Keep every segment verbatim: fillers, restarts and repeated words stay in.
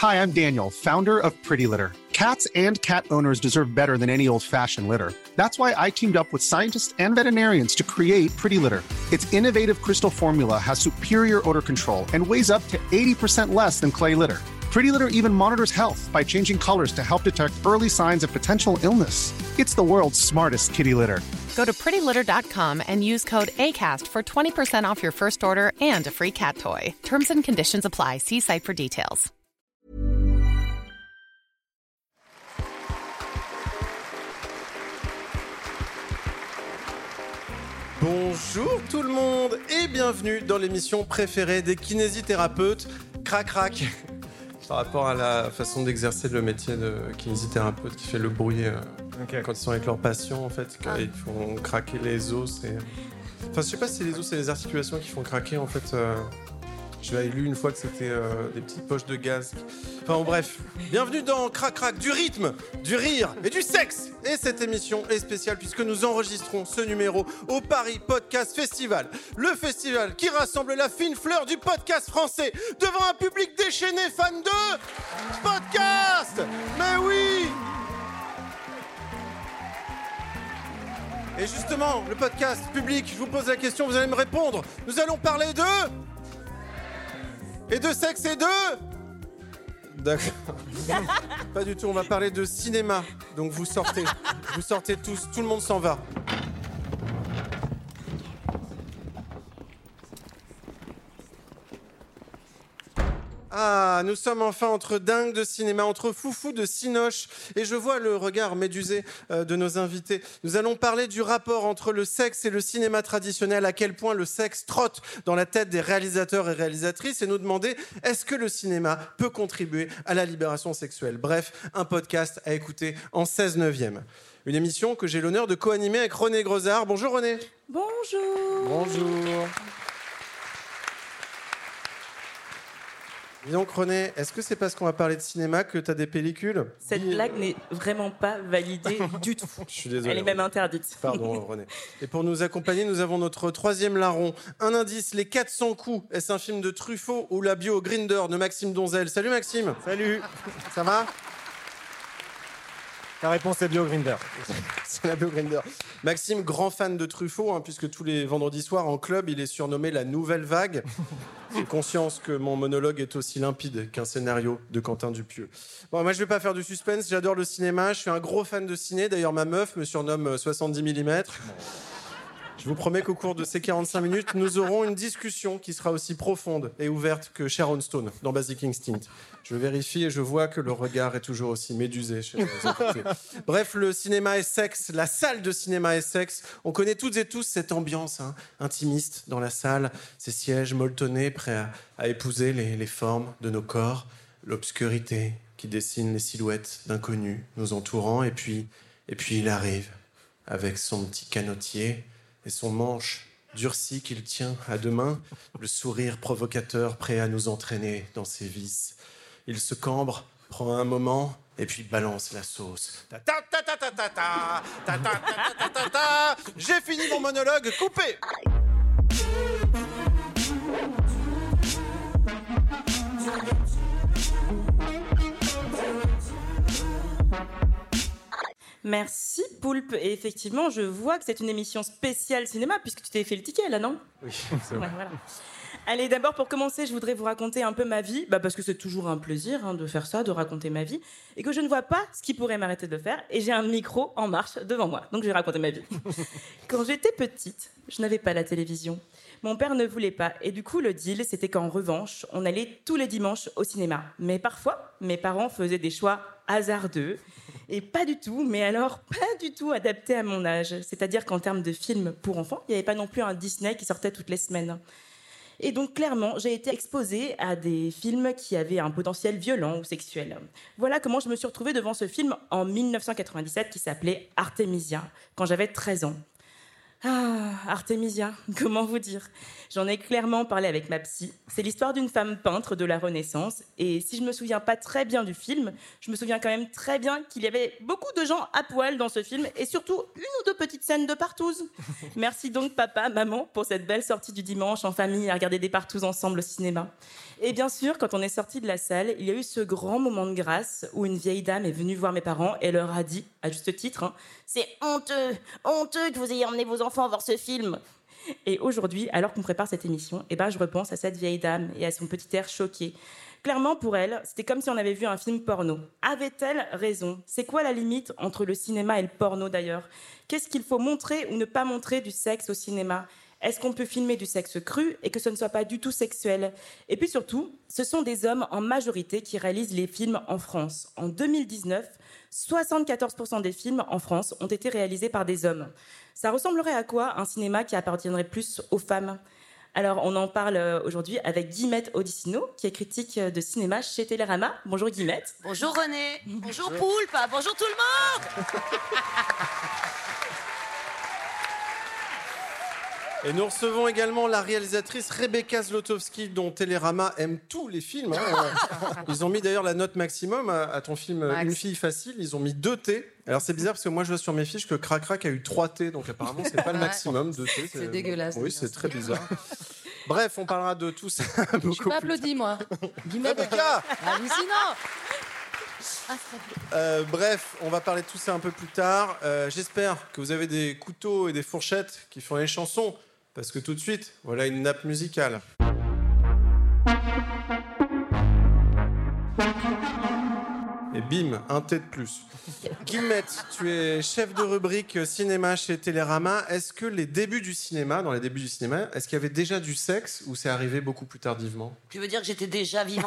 Hi, I'm Daniel, founder of Pretty Litter. Cats and cat owners deserve better than any old-fashioned litter. That's why I teamed up with scientists and veterinarians to create Pretty Litter. Its innovative crystal formula has superior odor control and weighs up to eighty percent less than clay litter. Pretty Litter even monitors health by changing colors to help detect early signs of potential illness. It's the world's smartest kitty litter. Go to pretty litter dot com and use code ACAST for twenty percent off your first order and a free cat toy. Terms and conditions apply. See site for details. Bonjour tout le monde et bienvenue dans l'émission préférée des kinésithérapeutes, Crac Crac. Par rapport à la façon d'exercer le métier de kinésithérapeute qui fait le bruit euh, okay. Quand ils sont avec leurs patients, en fait, quand ah. ils font craquer les os. C'est... Enfin, je sais pas si c'est les os, c'est les articulations qui font craquer, en fait. Euh... J'avais lu une fois que c'était euh, des petites poches de gaz. Enfin, bon, bref. Bienvenue dans Crac Crac, du rythme, du rire et du sexe. Et cette émission est spéciale puisque nous enregistrons ce numéro au Paris Podcast Festival. Le festival qui rassemble la fine fleur du podcast français devant un public déchaîné fan de podcast. Mais oui! Et justement, le podcast public, je vous pose la question, vous allez me répondre. Nous allons parler de... Et de sexe et de... D'accord. Pas du tout, on va parler de cinéma. Donc vous sortez. Vous sortez tous, tout le monde s'en va. Ah, nous sommes enfin entre dingues de cinéma, entre foufous de cinoche, et je vois le regard médusé euh, de nos invités. Nous allons parler du rapport entre le sexe et le cinéma traditionnel, à quel point le sexe trotte dans la tête des réalisateurs et réalisatrices, et nous demander est-ce que le cinéma peut contribuer à la libération sexuelle. Bref, un podcast à écouter en seize neuvième. Une émission que j'ai l'honneur de co-animer avec René Grosard. Bonjour René. Bonjour. Bonjour. Dis donc René, est-ce que c'est parce qu'on va parler de cinéma que t'as des pellicules ? Cette blague n'est vraiment pas validée du tout. Je suis désolé. Elle est même interdite. Pardon René. Et pour nous accompagner, nous avons notre troisième larron. Un indice, Les quatre cents coups. Est-ce un film de Truffaut ou la bio Grindr de Maxime Donzel ? Salut Maxime. Salut. Ça va ? Ta réponse est bio Grindr. C'est la bio Grindr. Maxime, grand fan de Truffaut, hein, puisque tous les vendredis soirs en club, il est surnommé la nouvelle vague. J'ai conscience que mon monologue est aussi limpide qu'un scénario de Quentin Dupieux. Bon, moi, je vais pas faire du suspense. J'adore le cinéma. Je suis un gros fan de ciné. D'ailleurs, ma meuf me surnomme soixante-dix millimètres. Je vous promets qu'au cours de ces quarante-cinq minutes, nous aurons une discussion qui sera aussi profonde et ouverte que Sharon Stone dans Basic Instinct. Je vérifie et je vois que le regard est toujours aussi médusé chez les invités. Bref, le cinéma est sexe, la salle de cinéma est sexe. On connaît toutes et tous cette ambiance hein, intimiste dans la salle, ces sièges molletonnés prêts à, à épouser les, les formes de nos corps, l'obscurité qui dessine les silhouettes d'inconnus nous entourant. Et puis, et puis il arrive avec son petit canotier et son manche durci qu'il tient à deux mains, le sourire provocateur prêt à nous entraîner dans ses vices. Il se cambre, prend un moment, et puis balance la sauce. Ta ta ta ta ta ta ta ta ta ta ta ta ta. J'ai fini mon monologue, coupé. Merci Poulpe. Et effectivement, je vois que c'est une émission spéciale cinéma, puisque tu t'es fait le ticket là, non ? Oui, c'est vrai. Ouais, voilà. Allez, d'abord pour commencer, je voudrais vous raconter un peu ma vie, bah parce que c'est toujours un plaisir hein, de faire ça, de raconter ma vie, et que je ne vois pas ce qui pourrait m'arrêter de le faire, et j'ai un micro en marche devant moi, donc je vais raconter ma vie. Quand j'étais petite, je n'avais pas la télévision. Mon père ne voulait pas, et du coup le deal, c'était qu'en revanche, on allait tous les dimanches au cinéma. Mais parfois, mes parents faisaient des choix hasardeux, et pas du tout, mais alors pas du tout adaptés à mon âge. C'est-à-dire qu'en termes de films pour enfants, il n'y avait pas non plus un Disney qui sortait toutes les semaines. Et donc, clairement, j'ai été exposée à des films qui avaient un potentiel violent ou sexuel. Voilà comment je me suis retrouvée devant ce film en dix-neuf cent quatre-vingt-dix-sept qui s'appelait Artemisia, quand j'avais treize ans. Ah, Artémisia, comment vous dire? J'en ai clairement parlé avec ma psy. C'est l'histoire d'une femme peintre de la Renaissance. Et si je me souviens pas très bien du film, je me souviens quand même très bien qu'il y avait beaucoup de gens à poil dans ce film et surtout une ou deux petites scènes de partouze. Merci donc papa, maman, pour cette belle sortie du dimanche en famille à regarder des partouzes ensemble au cinéma. Et bien sûr, quand on est sorti de la salle, il y a eu ce grand moment de grâce où une vieille dame est venue voir mes parents et leur a dit, à juste titre, hein, « C'est honteux, honteux que vous ayez emmené vos enfants voir ce film !» Et aujourd'hui, alors qu'on prépare cette émission, eh ben, je repense à cette vieille dame et à son petit air choqué. Clairement, pour elle, c'était comme si on avait vu un film porno. Avait-elle raison? C'est quoi la limite entre le cinéma et le porno, d'ailleurs? Qu'est-ce qu'il faut montrer ou ne pas montrer du sexe au cinéma? Est-ce qu'on peut filmer du sexe cru et que ce ne soit pas du tout sexuel? Et puis surtout, ce sont des hommes en majorité qui réalisent les films en France. En deux mille dix-neuf, soixante-quatorze pour cent des films en France ont été réalisés par des hommes. Ça ressemblerait à quoi un cinéma qui appartiendrait plus aux femmes? Alors, on en parle aujourd'hui avec Guillemette Odissino, qui est critique de cinéma chez Télérama. Bonjour Guillemette. Bonjour René. Bonjour Poulpe. Bonjour tout le monde. Et nous recevons également la réalisatrice Rebecca Zlotowski, dont Télérama aime tous les films. Hein. Ils ont mis d'ailleurs la note maximum à, à ton film Max. Une fille facile. Ils ont mis deux T. Alors c'est bizarre parce que moi je vois sur mes fiches que Crac Crac a eu trois T, donc apparemment c'est pas le maximum, deux T. C'est, c'est dégueulasse. Oui, c'est très bizarre. Bref, on parlera de tout ça beaucoup. Je suis pas applaudi moi. Rebecca. Hallucinant. Euh, bref, on va parler de tout ça un peu plus tard. Euh, j'espère que vous avez des couteaux et des fourchettes qui font les chansons. Parce que tout de suite, voilà une nappe musicale. Et bim, un T de plus. Guillemette, tu es chef de rubrique cinéma chez Télérama. Est-ce que les débuts du cinéma, dans les débuts du cinéma, est-ce qu'il y avait déjà du sexe ou c'est arrivé beaucoup plus tardivement? Tu veux dire que j'étais déjà vivante?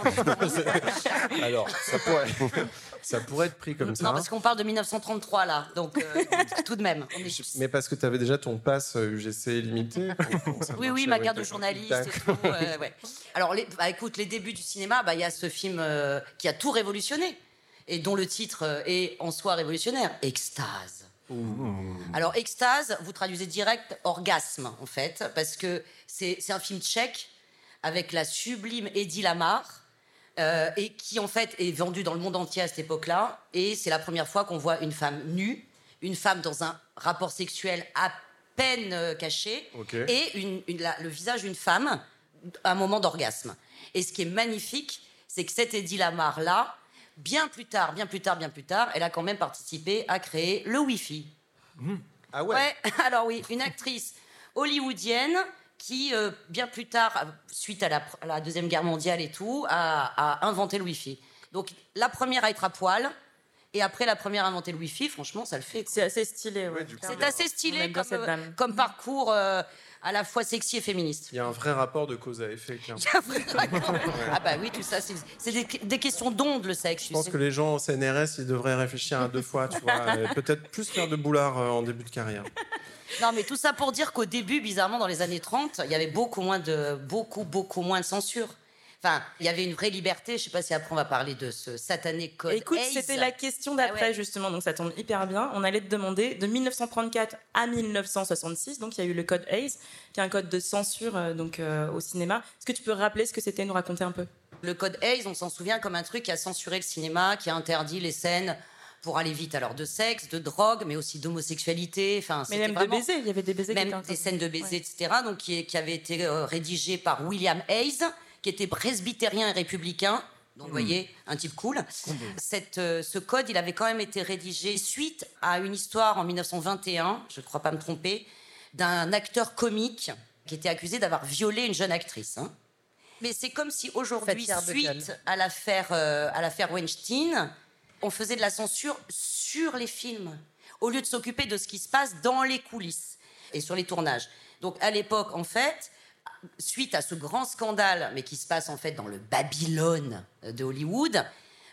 Alors, ça pourrait, ça pourrait être pris comme ça. Non, parce qu'on parle de dix-neuf cent trente-trois là, donc euh, tout de même. On est... Mais parce que tu avais déjà ton pass U G C limité. Oui, oui, ma carte de journaliste et tout. Euh, ouais. Alors, les, bah, écoute, les débuts du cinéma, bah, y a ce film euh, qui a tout révolutionné. Et dont le titre est en soi révolutionnaire, Extase. Mmh. Alors, Extase, vous traduisez direct orgasme, en fait, parce que c'est, c'est un film tchèque avec la sublime Hedy Lamarr, euh, et qui, en fait, est vendu dans le monde entier à cette époque-là. Et c'est la première fois qu'on voit une femme nue, une femme dans un rapport sexuel à peine euh, caché, okay. et une, une, la, le visage d'une femme à un moment d'orgasme. Et ce qui est magnifique, c'est que cette Hedy Lamarr-là, Bien plus tard, bien plus tard, bien plus tard, elle a quand même participé à créer le Wi-Fi. Mmh. Ah ouais, ouais. Alors oui, une actrice hollywoodienne qui, euh, bien plus tard, suite à la, à la Deuxième Guerre mondiale et tout, a, a inventé le Wi-Fi. Donc la première à être à poil, et après la première à inventer le Wi-Fi, franchement, ça le fait. C'est assez stylé. Ouais, ouais, c'est assez stylé comme, euh, comme parcours euh, à la fois sexy et féministe. Il y a un vrai rapport de cause à effet. Il y a un vrai rapport. Ouais. Ah bah oui, tout ça, c'est, c'est des, des questions d'ondes, le sexe. Je pense sais. que les gens au C N R S, ils devraient réfléchir à deux fois, tu vois, et peut-être plus faire de boulard euh, en début de carrière. Non, mais tout ça pour dire qu'au début, bizarrement, dans les années trente, il y avait beaucoup moins de, beaucoup, beaucoup moins de censure. Enfin, il y avait une vraie liberté. Je ne sais pas si après on va parler de ce satané code Écoute, Hays. C'était la question d'après, ah ouais. justement, donc ça tombe hyper bien. On allait te demander, de dix-neuf cent trente-quatre à dix-neuf cent soixante-six, donc il y a eu le code Hays, qui est un code de censure euh, donc, euh, au cinéma. Est-ce que tu peux rappeler ce que c'était, nous raconter un peu? Le code Hays, on s'en souvient comme un truc qui a censuré le cinéma, qui a interdit les scènes pour aller vite, alors de sexe, de drogue, mais aussi d'homosexualité. Enfin, mais même vraiment... de baisers, il y avait des baisers. Même des scènes de baisers, ouais. et cetera. Donc qui, qui avait été euh, rédigé par William Hays, qui était presbytérien et républicain, donc vous mmh. voyez, un type cool. Mmh. Cette, euh, ce code, il avait quand même été rédigé suite à une histoire en dix-neuf cent vingt et un, je ne crois pas me tromper, d'un acteur comique qui était accusé d'avoir violé une jeune actrice. Hein. Mais c'est comme si aujourd'hui, suite à l'affaire, euh, à l'affaire Weinstein, on faisait de la censure sur les films, au lieu de s'occuper de ce qui se passe dans les coulisses et sur les tournages. Donc à l'époque, en fait... Suite à ce grand scandale, mais qui se passe en fait dans le Babylone de Hollywood,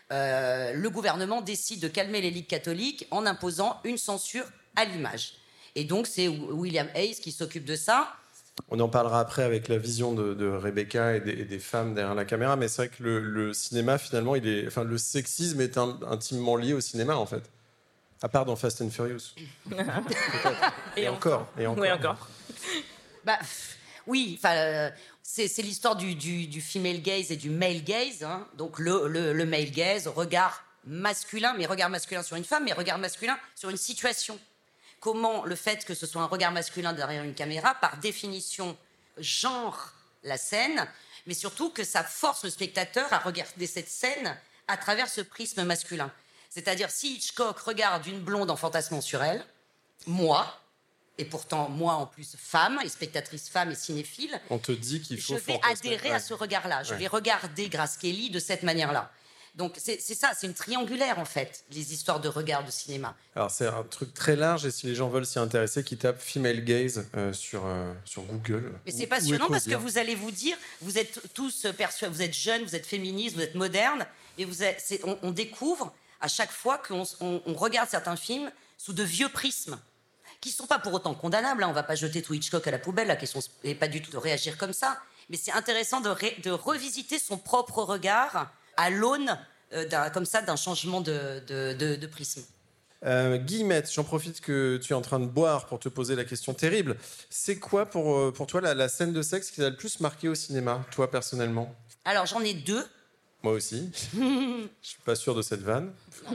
euh, le gouvernement décide de calmer les ligues catholiques en imposant une censure à l'image. Et donc c'est William Hays qui s'occupe de ça. On en parlera après avec la vision de, de Rebecca et des, et des femmes derrière la caméra, mais c'est vrai que le, le cinéma, finalement, il est, enfin, le sexisme est un, intimement lié au cinéma, en fait. À part dans Fast and Furious. et, et encore. Et encore. Oui, encore. Bah, pff, oui, enfin, euh, c'est, c'est l'histoire du, du, du female gaze et du male gaze. Hein. Donc le, le, le male gaze, regard masculin, mais regard masculin sur une femme, mais regard masculin sur une situation. Comment le fait que ce soit un regard masculin derrière une caméra, par définition, genre la scène, mais surtout que ça force le spectateur à regarder cette scène à travers ce prisme masculin. C'est-à-dire, si Hitchcock regarde une blonde en fantasmant sur elle, moi, et pourtant moi en plus femme, et spectatrice femme et cinéphile, on te dit qu'il faut je vais fantasmer. adhérer ouais. à ce regard-là. Je ouais. vais regarder Grace Kelly de cette manière-là. Donc c'est, c'est ça, c'est une triangulaire en fait, les histoires de regard de cinéma. Alors c'est un truc très large et si les gens veulent s'y intéresser, qu'ils tapent female gaze euh, sur, euh, sur Google. Mais c'est Ou- passionnant ou parce que Ecosia. vous allez vous dire, vous êtes tous persuadés, vous êtes jeunes, vous êtes féministes, vous êtes modernes, et vous êtes, c'est, on, on découvre à chaque fois qu'on on, on regarde certains films sous de vieux prismes, qui ne sont pas pour autant condamnables. Hein. On ne va pas jeter tout Hitchcock à la poubelle, la question n'est pas du tout de réagir comme ça, mais c'est intéressant de, ré, de revisiter son propre regard à l'aune euh, d'un, comme ça d'un changement de, de, de, de prisme. Euh, Guillemette, j'en profite que tu es en train de boire pour te poser la question terrible. C'est quoi pour, euh, pour toi la, la scène de sexe qui t'a le plus marqué au cinéma, toi personnellement? Alors j'en ai deux. Moi aussi. Je suis pas sûr de cette vanne.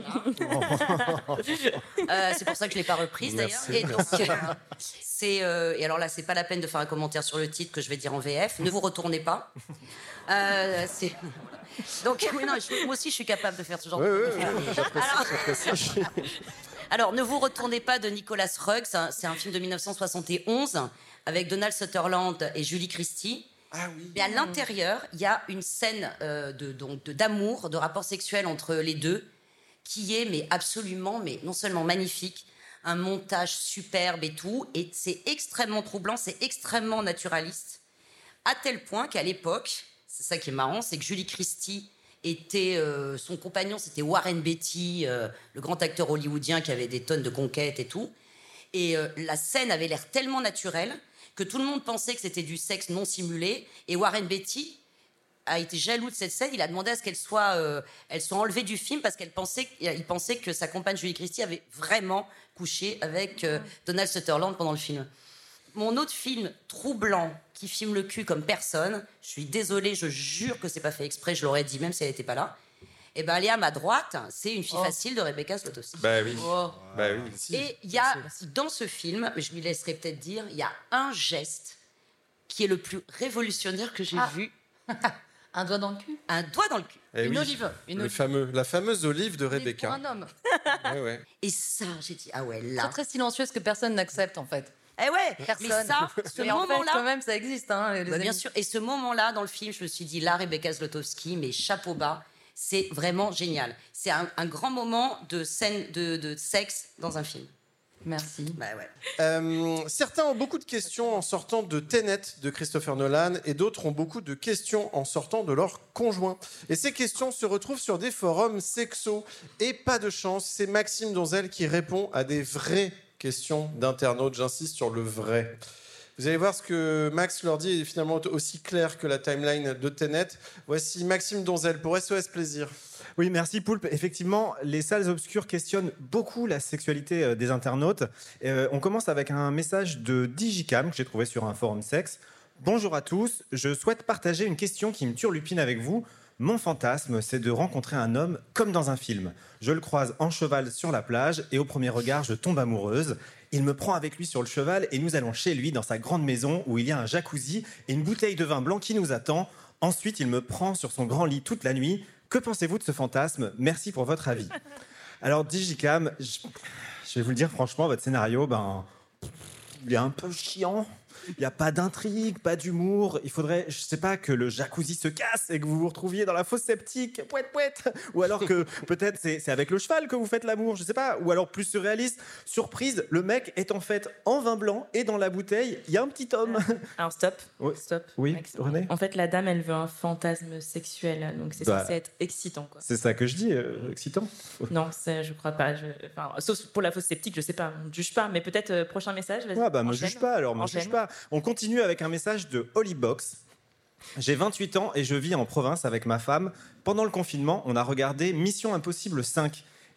Euh, c'est pour ça que je l'ai pas reprise d'ailleurs. Merci, Et donc, euh, c'est euh, et alors là, c'est pas la peine de faire un commentaire sur le titre que je vais dire en V F. Ne vous retournez pas. Euh, c'est... Donc oui, non, je- moi aussi, je suis capable de faire ce genre Oui, de oui, commentaire. Alors, alors, Ne vous retournez pas de Nicolas Rugg. C'est un, c'est un film de dix-neuf cent soixante et onze avec Donald Sutherland et Julie Christie. Ah oui. Mais à l'intérieur, il y a une scène euh, de, donc, de, d'amour, de rapport sexuel entre les deux, qui est mais absolument, mais non seulement magnifique, un montage superbe et tout, et c'est extrêmement troublant, c'est extrêmement naturaliste, à tel point qu'à l'époque, c'est ça qui est marrant, c'est que Julie Christie était, euh, son compagnon, c'était Warren Beatty, euh, le grand acteur hollywoodien qui avait des tonnes de conquêtes et tout, et euh, la scène avait l'air tellement naturelle que tout le monde pensait que c'était du sexe non simulé, et Warren Beatty a été jaloux de cette scène. Il a demandé à ce qu'elle soit, euh, elle soit enlevée du film parce qu'elle pensait, il pensait que sa compagne Julie Christie avait vraiment couché avec euh, Donald Sutherland pendant le film. Mon autre film troublant qui filme le cul comme personne, je suis désolée, je jure que c'est pas fait exprès, je l'aurais dit même si elle n'était pas là. Et ben Léa, à ma droite, c'est Une fille Oh. facile de Rebecca Zlotowski. Bah oui. Oh. Bah oui. Si. Et il y a, dans ce film, je lui laisserai peut-être dire, il y a un geste qui est le plus révolutionnaire que j'ai Ah. vu. Un doigt dans le cul. Un doigt dans le cul. Eh Une oui. olive. Une Le olive. fameux, la fameuse olive de Pour Rebecca. un homme. Ouais, ouais. Et ça, j'ai dit, ah ouais, là. Très très silencieuse que personne n'accepte en fait. Eh ouais, Personne. mais ça, ce Mais en fait, moment-là. quand même, ça existe. Hein, les Bah, bien amis. sûr. Et ce moment-là, dans le film, je me suis dit, là, Rebecca Zlotowski, mais chapeau bas, c'est vraiment génial. C'est un, un grand moment de scène de, de sexe dans un film. Merci. Bah ouais. Euh, certains ont beaucoup de questions en sortant de Tenet de Christopher Nolan et d'autres ont beaucoup de questions en sortant de leur conjoint. Et ces questions se retrouvent sur des forums sexos. Et pas de chance, c'est Maxime Donzel qui répond à des vraies questions d'internautes. J'insiste sur le vrai. Vous allez voir ce que Max leur dit est finalement aussi clair que la timeline de Tenet. Voici Maxime Donzel pour S O S Plaisir. Oui, merci Poulpe. Effectivement, les salles obscures questionnent beaucoup la sexualité euh, des internautes. Euh, on commence avec un message de Digicam que j'ai trouvé sur un forum sexe. Bonjour à tous, je souhaite partager une question qui me turlupine avec vous. Mon fantasme, c'est de rencontrer un homme comme dans un film. Je le croise en cheval sur la plage et au premier regard, je tombe amoureuse. Il me prend avec lui sur le cheval et nous allons chez lui dans sa grande maison où il y a un jacuzzi et une bouteille de vin blanc qui nous attend. Ensuite, il me prend sur son grand lit toute la nuit. Que pensez-vous de ce fantasme? Merci pour votre avis. Alors, Digicam, je, je vais vous le dire franchement, votre scénario, ben, il est un peu chiant. Il n'y a pas d'intrigue, pas d'humour. Il faudrait, je sais pas, que le jacuzzi se casse et que vous vous retrouviez dans la fosse septique. Pouette, pouette. Ou alors que peut-être c'est, c'est avec le cheval que vous faites l'amour, je sais pas. Ou alors plus surréaliste, surprise, le mec est en fait en vin blanc et dans la bouteille, il y a un petit homme. Alors stop, Oui. stop. Oui, Max. René. En fait, la dame, elle veut un fantasme sexuel, donc c'est Bah. censé être excitant, quoi. C'est ça que je dis, euh, excitant. Non, ça, je crois pas. Je... Enfin, sauf pour la fausse sceptique, je sais pas. On ne juge pas, mais peut-être euh, prochain message. Vas-y. Ouais, bah, me Enchaîne. juge pas alors, me Enchaîne. juge pas. On continue avec un message de Hollybox. J'ai vingt-huit ans et je vis en province avec ma femme. Pendant le confinement, on a regardé Mission Impossible cinq.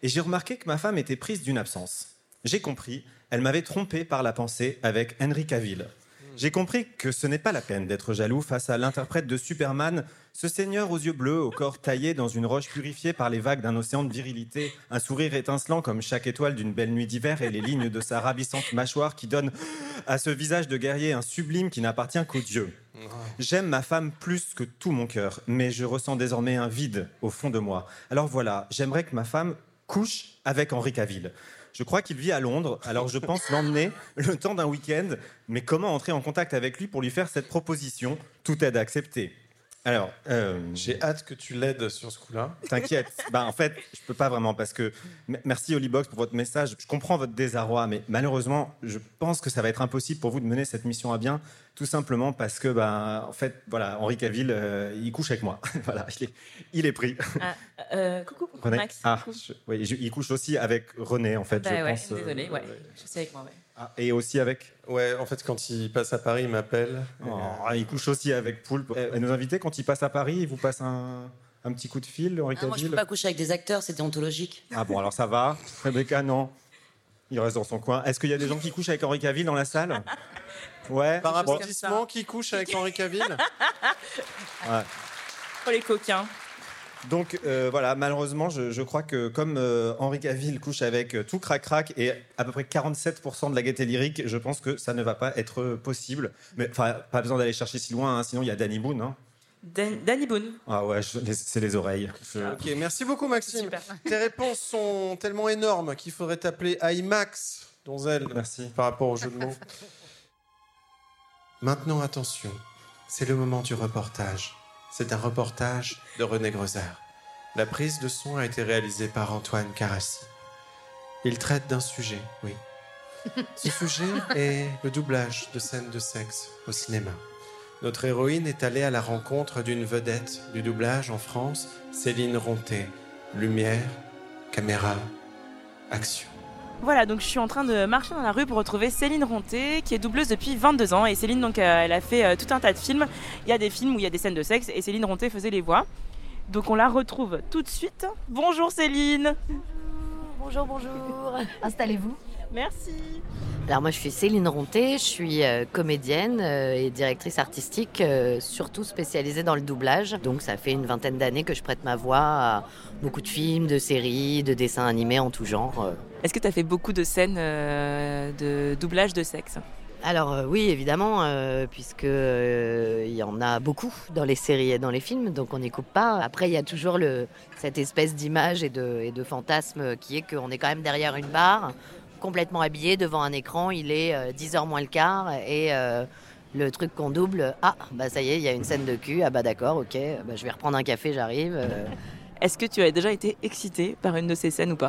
et j'ai remarqué que ma femme était prise d'une absence. J'ai compris, elle m'avait trompé par la pensée avec Henry Cavill. J'ai compris que ce n'est pas la peine d'être jaloux face à l'interprète de Superman, ce seigneur aux yeux bleus, au corps taillé dans une roche purifiée par les vagues d'un océan de virilité, un sourire étincelant comme chaque étoile d'une belle nuit d'hiver et les lignes de sa ravissante mâchoire qui donnent à ce visage de guerrier un sublime qui n'appartient qu'aux dieux. J'aime ma femme plus que tout mon cœur, mais je ressens désormais un vide au fond de moi. Alors voilà, j'aimerais que ma femme couche avec Henry Cavill. Je crois qu'il vit à Londres, alors je pense l'emmener le temps d'un week-end. Mais comment entrer en contact avec lui pour lui faire cette proposition ? Tout aide à accepter. Alors, euh, J'ai hâte que tu l'aides sur ce coup-là. T'inquiète. Bah, en fait, je peux pas vraiment parce que... M- Merci Holybox pour votre message. Je comprends votre désarroi, mais malheureusement, je pense que ça va être impossible pour vous de mener cette mission à bien, tout simplement parce que, bah, en fait, voilà, Henry Cavill, euh, il couche avec moi. Voilà, il est, il est pris. Ah, euh, coucou, René. Max. Ah, Coucou. je- oui, je- il couche aussi avec René, en fait, Bah je ouais, pense. euh, désolée, ouais. Je sais avec moi, ouais. ah, et aussi avec... Ouais, en fait, quand il passe à Paris, il m'appelle. Oh, il couche aussi avec Poulpe. Et nos invités, quand ils passent à Paris, ils vous passent un, un petit coup de fil, Henri Ah, moi, je Cavill. peux pas coucher avec des acteurs, c'est déontologique. Ah bon, alors ça va. Rebecca, non. Il reste dans son coin. Est-ce qu'il y a des gens qui couchent avec Henri Cavill dans la salle ? Ouais. Par Bon, avertissement, qui couche avec Henry Cavill? ouais. Oh, les coquins. Donc euh, voilà, malheureusement, je, je crois que comme euh, Henri Cavill couche avec euh, tout crac-crac et à peu près quarante-sept pour cent de la gaieté lyrique, je pense que ça ne va pas être possible. Mais enfin, pas besoin d'aller chercher si loin, hein, sinon il y a Danny Boone. Hein. Dan- Danny Boone. Ah ouais, je- les- c'est les oreilles. Je- Ok, merci beaucoup Maxime. Super. Tes réponses sont tellement énormes qu'il faudrait t'appeler IMAX, Donzel, Merci. par rapport au jeu de mots. Maintenant, attention, c'est le moment du reportage. C'est un reportage de René Grezard. La prise de son a été réalisée par Antoine Carassi. Il traite d'un sujet, oui. Ce sujet est le doublage de scènes de sexe au cinéma. Notre héroïne est allée à la rencontre d'une vedette du doublage en France, Céline Ronté. Lumière, caméra, action. Voilà, donc je suis en train de marcher dans la rue pour retrouver Céline Ronté, qui est doubleuse depuis vingt-deux ans. Et Céline, donc, euh, elle a fait euh, tout un tas de films. Il y a des films où il y a des scènes de sexe et Céline Ronté faisait les voix. Donc on la retrouve tout de suite. Bonjour Céline. Bonjour, bonjour. Installez-vous. Merci. Alors moi je suis Céline Ronté, je suis euh, comédienne euh, et directrice artistique, euh, surtout spécialisée dans le doublage. Donc ça fait une vingtaine d'années que je prête ma voix à beaucoup de films, de séries, de dessins animés en tout genre. euh. Est-ce que tu as fait beaucoup de scènes euh, de doublage de sexe ? Alors euh, oui évidemment, euh, puisque euh, il y en a beaucoup dans les séries et dans les films, donc on n'y coupe pas. Après il y a toujours le, cette espèce d'image et de, et de fantasme qui est qu'on est quand même derrière une barre, complètement habillé devant un écran, il est euh, dix heures moins le quart et euh, le truc qu'on double, ah bah ça y est, il y a une scène de cul, ah bah d'accord, ok, bah, je vais reprendre un café, j'arrive. euh. Est-ce que tu as déjà été excitée par une de ces scènes ou pas ?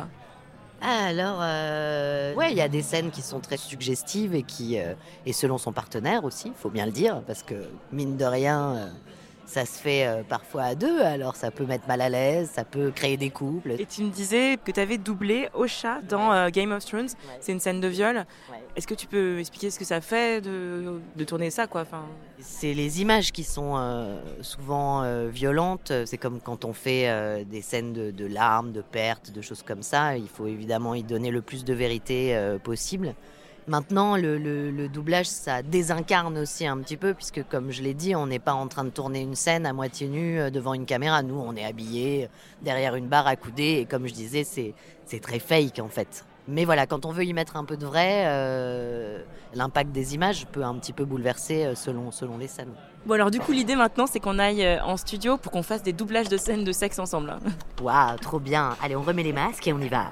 Alors, euh, ouais, il y a des scènes qui sont très suggestives et qui, euh, et selon son partenaire aussi, il faut bien le dire, parce que mine de rien, euh, ça se fait euh, parfois à deux, alors ça peut mettre mal à l'aise, ça peut créer des couples. Et tu me disais que tu avais doublé Osha dans euh, Game of Thrones. Ouais. C'est une scène de viol. Ouais. Est-ce que tu peux expliquer ce que ça fait de, de tourner ça, quoi ? Enfin, C'est les images qui sont euh, souvent euh, violentes. C'est comme quand on fait euh, des scènes de, de larmes, de pertes, de choses comme ça. Il faut évidemment y donner le plus de vérité euh, possible. Maintenant, le, le, le doublage, ça désincarne aussi un petit peu, puisque comme je l'ai dit, on n'est pas en train de tourner une scène à moitié nue euh, devant une caméra. Nous, on est habillés derrière une barre accoudée, et comme je disais, c'est, c'est très fake en fait. Mais voilà, quand on veut y mettre un peu de vrai, euh, l'impact des images peut un petit peu bouleverser euh, selon, selon les scènes. bon, alors du coup, l'idée maintenant, c'est qu'on aille euh, en studio pour qu'on fasse des doublages de scènes de sexe ensemble. hein. Waouh, trop bien. Allez, on remet les masques et on y va.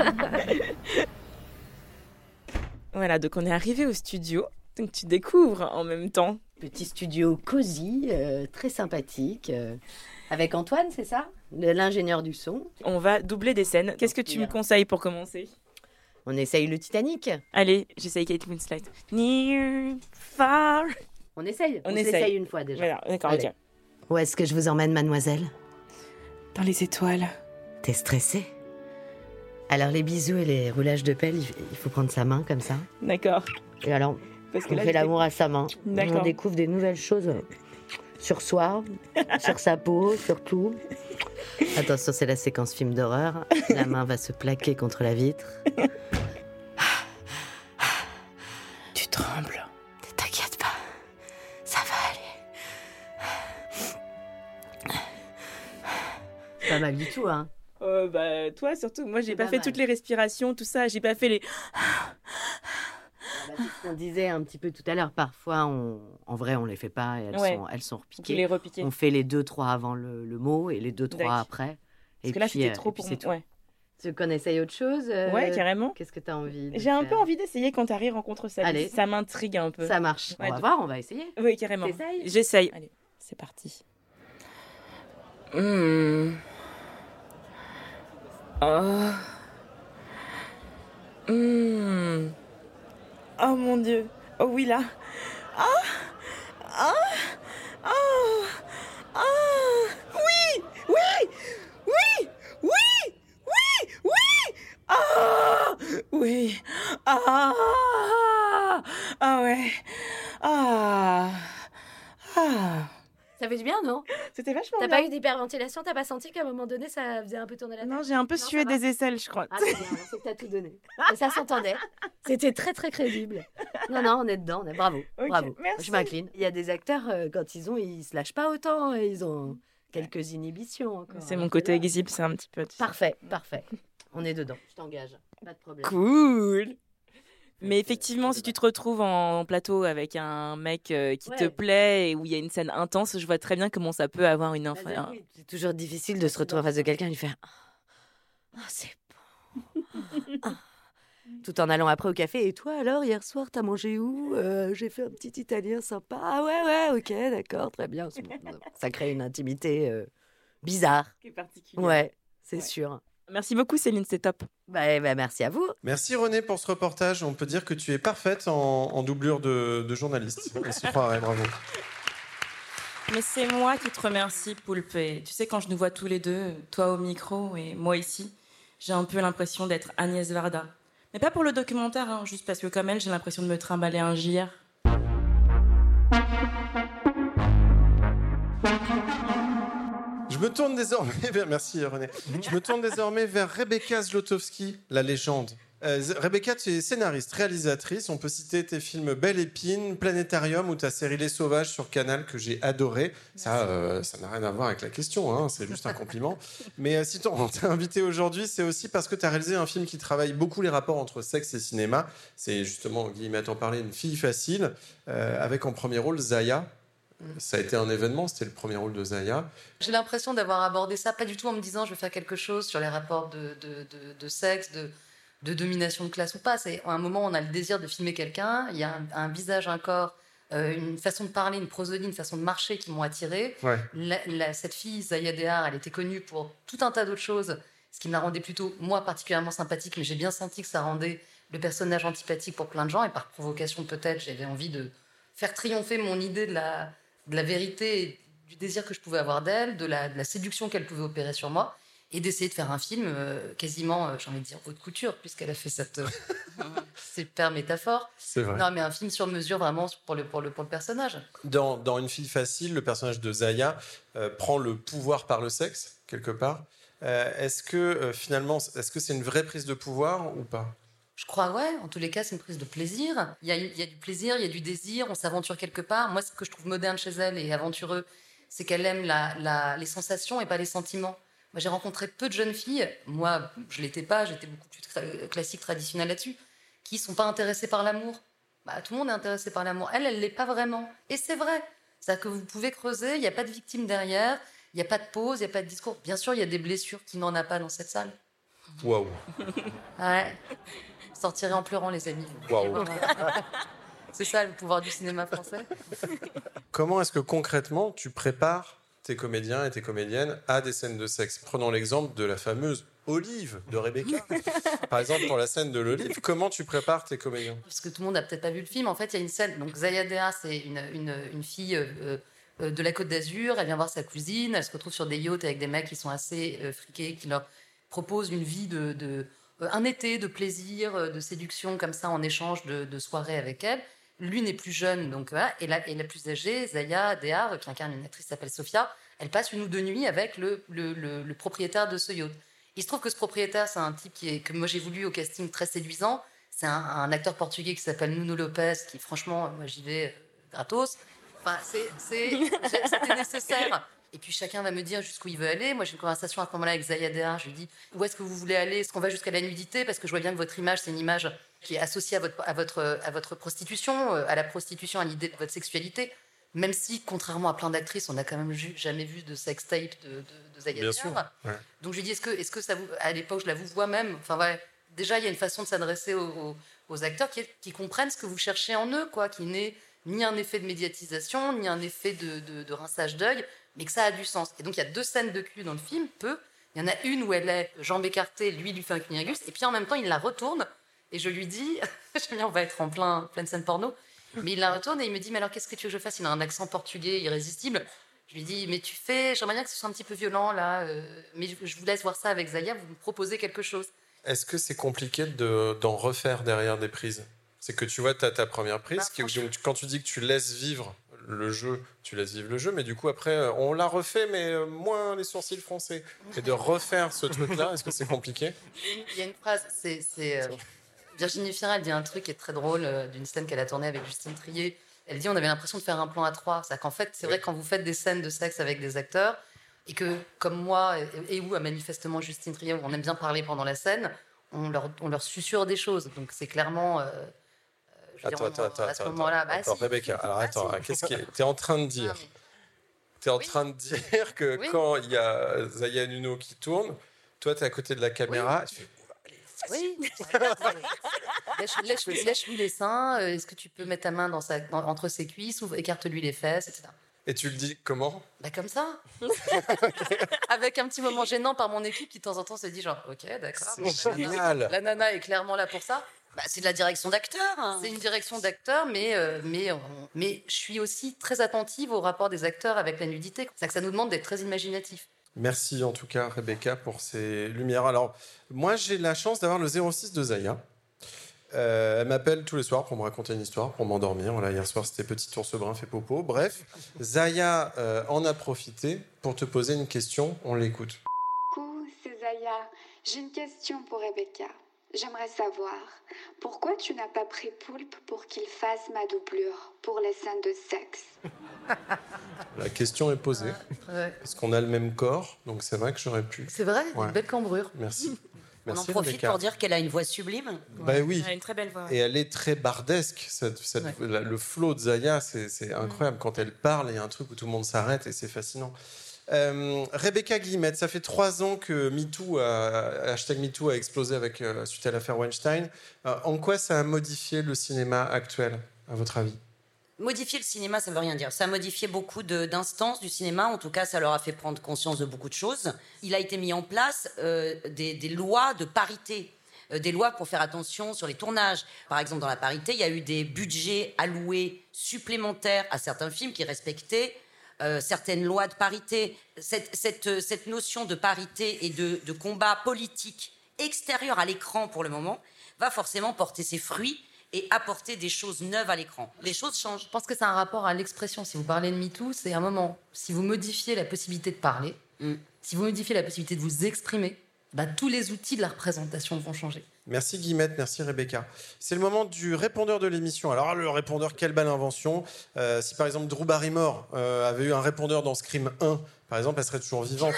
Voilà, donc on est arrivé au studio. Donc tu découvres en même temps. Petit studio cosy, euh, très sympathique. euh, avec Antoine, c'est ça ? Le- L'ingénieur du son. On va doubler des scènes. Qu'est-ce que tu me conseilles pour commencer ? On essaye le Titanic. Allez, j'essaye Kate Winslet. Near, far. On essaye. On On, essaye. s'essaye une fois déjà. Voilà, d'accord, Allez. ok. Où est-ce que je vous emmène, mademoiselle ? Dans les étoiles. T'es stressée ? Alors les bisous et les roulages de pelle, il il faut prendre sa main comme ça. D'accord. Et alors, Parce que on là, fait je- l'amour à sa main. D'accord. On découvre des nouvelles choses sur soi, sur sa peau, sur tout. Attention, c'est la séquence film d'horreur. La main va se plaquer contre la vitre. Tu trembles. T'inquiète pas, ça va aller. Pas mal du tout, hein. Euh, bah, toi surtout. Moi, j'ai C'est pas pas fait mal. toutes les respirations, tout ça. J'ai pas fait les. Bah, c'est ce qu'on disait un petit peu tout à l'heure. Parfois, on... en vrai, on les fait pas et elles, Ouais. sont... elles sont Faut repiquées. les repiquer. On fait les deux, trois avant le, le mot et les deux, trois D'accord. après. Parce Et que là, puis, c'était euh, trop et puis pour c'est moi. tout. Ouais. Tu veux qu'on essaye autre chose euh, Ouais, carrément. Qu'est-ce que tu as envie de J'ai un faire peu envie d'essayer quand Harry rencontre Sally. Allez. Ça m'intrigue un peu. Ça marche. Ouais, on va de- voir, on va essayer. Oui, carrément. T'essayes J'essaye. Allez, c'est parti. Mmh. Oh. Mmh. Oh mon Dieu. Oh oui, là. Ah. Ah. Ah. Ah. Oui. Oui. Oui. Oui. Oui. Oui. Ah. Oui. Ah. Ah ouais. Ah. Ah. Ça fait du bien, non? C'était vachement T'as bien. pas eu d'hyperventilation? T'as pas senti qu'à un moment donné, ça faisait un peu tourner la tête? Non, j'ai un peu Non, sué ça va. des aisselles, je crois. Ah, c'est bien, c'est que t'as tout donné. Et ça s'entendait. C'était très, très crédible. Non, non, on est dedans, on est bravo. Ok, Bravo. merci. Je m'incline. Il y a des acteurs, euh, quand ils ont, ils se lâchent pas autant. et Ils ont quelques inhibitions encore. C'est Alors mon que côté là- exhibe, c'est un petit peu. tu sais. Parfait, parfait. On est dedans. Je t'engage. Pas de problème. Cool. Mais effectivement, si tu te retrouves en plateau avec un mec euh, qui te Ouais. plaît et où il y a une scène intense, je vois très bien comment ça peut avoir une Bah, influence. j'avoue, C'est toujours difficile de se retrouver en face de quelqu'un et lui faire Ah, c'est bon. Ah. Tout en allant après au café. Et toi alors, hier soir, t'as mangé où Euh, J'ai fait un petit italien sympa. Ah ouais, ouais, ok, d'accord, très bien. Ça crée une intimité euh, bizarre. Ouais, c'est Ouais. sûr. Merci beaucoup, Céline, c'est top. Bah, bah, merci à vous. Merci René pour ce reportage. On peut dire que tu es parfaite en, en doublure de, de journaliste. On s'y croirait, bravo. Mais c'est moi qui te remercie, Poulpe. Et tu sais, quand je nous vois tous les deux, toi au micro et moi ici, j'ai un peu l'impression d'être Agnès Varda. Mais pas pour le documentaire, hein, juste parce que comme elle, j'ai l'impression de me trimballer un J R. Je me tourne désormais vers... Merci René. Je me tourne désormais vers Rebecca Zlotowski, la légende. Euh, Z- Rebecca, tu es scénariste, réalisatrice. On peut citer tes films Belle Épine, Planétarium ou ta série Les Sauvages sur Canal que j'ai adoré. Ça, euh, ça n'a rien à voir avec la question, hein, c'est juste un compliment. Mais euh, si on t'a invité aujourd'hui, c'est aussi parce que tu as réalisé un film qui travaille beaucoup les rapports entre sexe et cinéma. C'est justement, Guillemette en parlait, Une fille facile, euh, avec en premier rôle Zaya. Ça a été un événement, c'était le premier rôle de Zaya. J'ai l'impression d'avoir abordé ça, pas du tout en me disant je vais faire quelque chose sur les rapports de, de, de, de sexe, de, de domination de classe ou pas. C'est à un moment, on a le désir de filmer quelqu'un, il y a un, un visage, un corps, euh, une façon de parler, une prosodie, une façon de marcher qui m'ont attirée. Ouais. La- la- cette fille, Zaya Dehar, elle était connue pour tout un tas d'autres choses, ce qui me la rendait plutôt, moi, particulièrement sympathique, mais j'ai bien senti que ça rendait le personnage antipathique pour plein de gens, et par provocation peut-être, j'avais envie de faire triompher mon idée de la, de la vérité et du désir que je pouvais avoir d'elle, de la, de la séduction qu'elle pouvait opérer sur moi, et d'essayer de faire un film euh, quasiment, euh, j'ai envie de dire, haute couture, puisqu'elle a fait cette euh, super métaphore. C'est vrai. Non, mais un film sur mesure vraiment pour le, pour le, pour le personnage. Dans, dans Une fille facile, le personnage de Zaya euh, prend le pouvoir par le sexe, quelque part. Euh, est-ce que, euh, finalement, est-ce que c'est une vraie prise de pouvoir ou pas ? Je crois, ouais. En tous les cas, c'est une prise de plaisir. Il y a, il y a du plaisir, il y a du désir, on s'aventure quelque part. Moi, ce que je trouve moderne chez elle et aventureux, c'est qu'elle aime la, la, les sensations et pas les sentiments. Moi, j'ai rencontré peu de jeunes filles, moi, je l'étais pas, j'étais beaucoup plus tra- classique, traditionnelle là-dessus, qui sont pas intéressées par l'amour. Bah, tout le monde est intéressé par l'amour. Elle, elle l'est pas vraiment. Et c'est vrai. C'est-à-dire que vous pouvez creuser, il n'y a pas de victime derrière, il n'y a pas de pause, il n'y a pas de discours. Bien sûr, il y a des blessures qui n'en a pas dans cette salle. Waouh. Ouais. Sortirez en pleurant, les amis. Waouh. C'est ça le pouvoir du cinéma français. Comment est-ce que concrètement tu prépares tes comédiens et tes comédiennes à des scènes de sexe ? Prenons l'exemple de la fameuse Olive de Rebecca. Par exemple, pour la scène de l'Olive, comment tu prépares tes comédiens ? Parce que tout le monde n'a peut-être pas vu le film. En fait, il y a une scène. Donc, Zaya Dehar, c'est une, une, une fille euh, euh, de la Côte d'Azur. Elle vient voir sa cousine. Elle se retrouve sur des yachts avec des mecs qui sont assez euh, friqués, qui leur proposent une vie de, de euh, un été de plaisir, euh, de séduction, comme ça, en échange de, de soirées avec elle. l'une est plus jeune, donc voilà, et la, et la plus âgée, Zaya Dehar, qui incarne une actrice qui s'appelle Sophia, elle passe une ou deux nuits avec le, le, le, le propriétaire de ce yacht. Il se trouve que ce propriétaire, c'est un type qui est, que moi j'ai voulu au casting très séduisant. C'est un, un acteur portugais qui s'appelle Nuno Lopes, qui franchement, moi j'y vais euh, gratos. Enfin, c'est, c'est, c'était nécessaire. Et puis chacun va me dire jusqu'où il veut aller. Moi j'ai une conversation à ce moment-là avec Zaya Dehar. Je lui dis où est-ce que vous voulez aller ? Est-ce qu'on va jusqu'à la nudité ? Parce que je vois bien que votre image, c'est une image qui est associée à votre, à votre, à votre prostitution, à la prostitution, à l'idée de votre sexualité. Même si, contrairement à plein d'actrices, on n'a quand même ju- jamais vu de sextape de, de, de Zaya Dehar. Ouais. Donc je lui dis, est-ce que, est-ce que ça vous, à l'époque, je la vous vois même. Enfin ouais, déjà il y a une façon de s'adresser aux, aux, aux acteurs qui, qui comprennent ce que vous cherchez en eux, quoi, qui n'est ni un effet de médiatisation, ni un effet de, de, de rinçage d'œil, mais que ça a du sens. Et donc il y a deux scènes de cul dans le film, peu. Il y en a une où elle est jambes écartées, lui il lui fait un cunnilingus, et puis en même temps il la retourne, et je lui dis, j'aime bien, on va être en plein, pleine scène porno. Mais il la retourne et il me dit, mais alors qu'est-ce que tu veux que je fasse ? Il a un accent portugais irrésistible. Je lui dis, mais tu fais, j'aimerais bien que ce soit un petit peu violent là, euh, mais je, je vous laisse voir ça avec Zaya, vous me proposez quelque chose. Est-ce que c'est compliqué de, d'en refaire derrière des prises ? C'est que tu vois, tu as ta première prise, bah, qui, donc, quand tu dis que tu laisses vivre le jeu, tu laisses vivre le jeu, mais du coup après, on l'a refait, mais moins les sourcils froncés. Et de refaire ce truc-là, est-ce que c'est compliqué ? Il y a une phrase, c'est... c'est euh... Virginie Fira, elle dit un truc qui est très drôle euh, d'une scène qu'elle a tournée avec Justine Triet. Elle dit on avait l'impression de faire un plan à trois. C'est-à-dire qu'en fait, c'est vrai que quand vous faites des scènes de sexe avec des acteurs, et que, comme moi, et, et où manifestement Justine Triet, on aime bien parler pendant la scène, on leur, on leur susurre des choses. Donc c'est clairement... Euh, je attends, dire, on, attends, à ce attends, moment-là, bah, attends, si. Rebecca, alors ah, attends, si. Qu'est-ce qui est... T'es en train de dire... Ah, mais... T'es en oui. train de dire que oui. quand il y a Zaya Nuno qui tourne, toi, t'es à côté de la caméra, oui. tu fais... Oui. lèche, lèche, lèche-lui les seins. Euh, est-ce que tu peux mettre ta main dans sa, dans, entre ses cuisses ou écarte-lui les fesses, et cetera. Et tu le dis comment ? Bah comme ça. Avec un petit moment gênant par mon équipe qui de temps en temps se dit genre ok d'accord. C'est génial. La nana est clairement là pour ça. Bah, c'est de la direction d'acteur. Hein. C'est une direction d'acteur, mais euh, mais on, mais je suis aussi très attentive au rapport des acteurs avec la nudité. C'est que ça nous demande d'être très imaginatif. Merci en tout cas Rebecca pour ces lumières. Alors moi j'ai la chance d'avoir le zéro six de Zaya. Euh, elle m'appelle tous les soirs pour me raconter une histoire, pour m'endormir. Voilà, hier soir c'était Petit ours brun fait popo. Bref, Zaya euh, en a profité pour te poser une question. On l'écoute. Coucou, c'est Zaya. J'ai une question pour Rebecca. J'aimerais savoir pourquoi tu n'as pas pris Poulpe pour qu'il fasse ma doublure pour les scènes de sexe. La question est posée. Ouais, ouais. Parce qu'on a le même corps, donc c'est vrai que j'aurais pu. C'est vrai, ouais. Une belle cambrure. Merci. On Merci en profite Rebecca. pour dire qu'elle a une voix sublime. Bah oui. Elle a une très belle voix. Et elle est très bardesque. Cette, cette, ouais. la, le flow de Zaya, c'est, c'est incroyable. Mmh. Quand elle parle, il y a un truc où tout le monde s'arrête et c'est fascinant. Euh, Rebecca Guillemette, ça fait trois ans que MeToo, a, hashtag MeToo a explosé avec, euh, suite à l'affaire Weinstein. Euh, en quoi ça a modifié le cinéma actuel, à votre avis ? Modifier le cinéma, ça ne veut rien dire. Ça a modifié beaucoup de, d'instances du cinéma. En tout cas, ça leur a fait prendre conscience de beaucoup de choses. Il a été mis en place euh, des, des lois de parité, euh, des lois pour faire attention sur les tournages. Par exemple, dans la parité, il y a eu des budgets alloués supplémentaires à certains films qui respectaient euh, certaines lois de parité. Cette, cette, cette notion de parité et de, de combat politique extérieur à l'écran, pour le moment, va forcément porter ses fruits et apporter des choses neuves à l'écran. Les choses changent. Je pense que c'est un rapport à l'expression. Si vous parlez de MeToo, c'est un moment, si vous modifiez la possibilité de parler, mm. si vous modifiez la possibilité de vous exprimer, bah, tous les outils de la représentation vont changer. Merci Guillemette, merci Rebecca. C'est le moment du répondeur de l'émission. Alors le répondeur, quelle belle invention. Euh, si par exemple Drew Barrymore euh, avait eu un répondeur dans Scream un, par exemple, elle serait toujours vivante.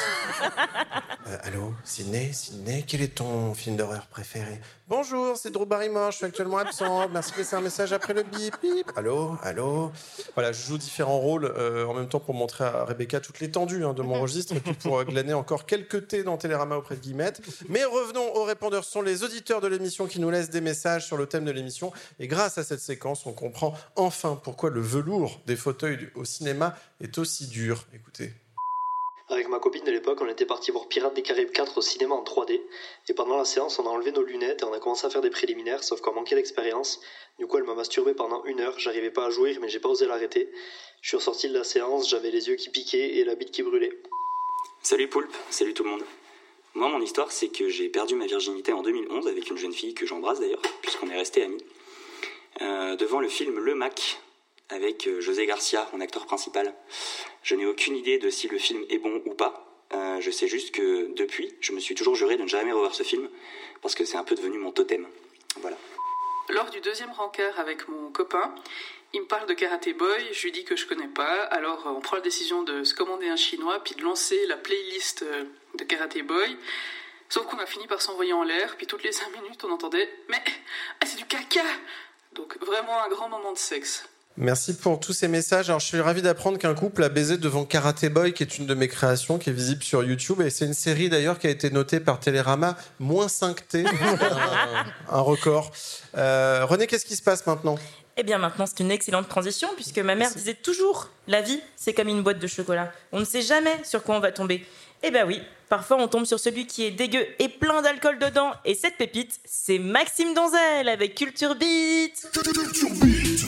Euh, allô, Sydney, Sydney, quel est ton film d'horreur préféré ? Bonjour, c'est Drew Barrymore, je suis actuellement absent. Merci de laisser un message après le bip, bip. Allô, allô. Voilà, je joue différents rôles euh, en même temps pour montrer à Rebecca toute l'étendue hein, de mon registre et puis pour euh, glaner encore quelques thés dans Télérama auprès de Guillemette. Mais revenons aux répondeurs. Ce sont les auditeurs de l'émission qui nous laissent des messages sur le thème de l'émission. Et grâce à cette séquence, on comprend enfin pourquoi le velours des fauteuils au cinéma est aussi dur. Écoutez. Avec ma copine de l'époque, on était partis voir Pirates des Caraïbes quatre au cinéma en trois D. Et pendant la séance, on a enlevé nos lunettes et on a commencé à faire des préliminaires, sauf qu'on manquait d'expérience. Du coup, elle m'a masturbé pendant une heure. J'arrivais pas à jouir, mais j'ai pas osé l'arrêter. Je suis ressorti de la séance, j'avais les yeux qui piquaient et la bite qui brûlait. Salut Poulpe, salut tout le monde. Moi, mon histoire, c'est que j'ai perdu ma virginité en deux mille onze avec une jeune fille que j'embrasse d'ailleurs, puisqu'on est restés amis. euh, devant le film Le Mac, avec euh, José Garcia en acteur principal. Je n'ai aucune idée de si le film est bon ou pas. Euh, je sais juste que depuis, je me suis toujours juré de ne jamais revoir ce film, parce que c'est un peu devenu mon totem. Voilà. Lors du deuxième rencard avec mon copain, il me parle de Karate Boy, je lui dis que je connais pas, alors on prend la décision de se commander un chinois, puis de lancer la playlist de Karate Boy. Sauf qu'on a fini par s'envoyer en l'air, puis toutes les cinq minutes on entendait « Mais ah, c'est du caca !» Donc vraiment un grand moment de sexe. Merci pour tous ces messages. Alors, je suis ravi d'apprendre qu'un couple a baisé devant Karate Boy, qui est une de mes créations, qui est visible sur YouTube. Et c'est une série d'ailleurs qui a été notée par Télérama, moins cinq T, un, un record. Euh, René, qu'est-ce qui se passe maintenant ? Eh bien maintenant, c'est une excellente transition, puisque ma mère disait toujours « La vie, c'est comme une boîte de chocolat. On ne sait jamais sur quoi on va tomber. » Eh ben oui, parfois on tombe sur celui qui est dégueu et plein d'alcool dedans. Et cette pépite, c'est Maxime Donzel avec Culture Beat. Culture Beat.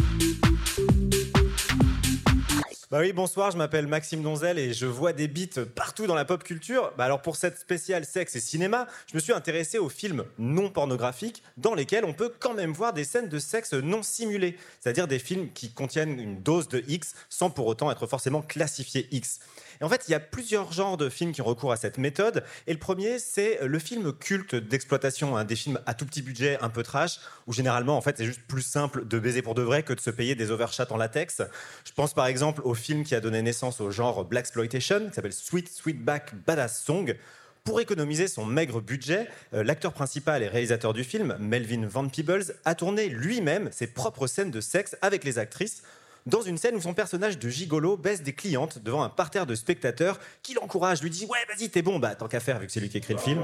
Bah oui, bonsoir, je m'appelle Maxime Donzel et je vois des beats partout dans la pop culture. Bah alors pour cette spéciale sexe et cinéma, je me suis intéressé aux films non pornographiques dans lesquels on peut quand même voir des scènes de sexe non simulées, c'est-à-dire des films qui contiennent une dose de X sans pour autant être forcément classifiés X. Et en fait, il y a plusieurs genres de films qui ont recours à cette méthode. Et le premier, c'est le film culte d'exploitation, hein, des films à tout petit budget, un peu trash, où généralement, en fait, c'est juste plus simple de baiser pour de vrai que de se payer des overshots en latex. Je pense par exemple au film qui a donné naissance au genre Blaxploitation, qui s'appelle Sweet Sweetback Badass Song. Pour économiser son maigre budget, euh, l'acteur principal et réalisateur du film, Melvin Van Peebles, a tourné lui-même ses propres scènes de sexe avec les actrices, dans une scène où son personnage de gigolo baisse des clientes devant un parterre de spectateurs qui l'encouragent, lui dit « Ouais, vas-y, t'es bon, bah tant qu'à faire, vu que c'est lui qui écrit le film. »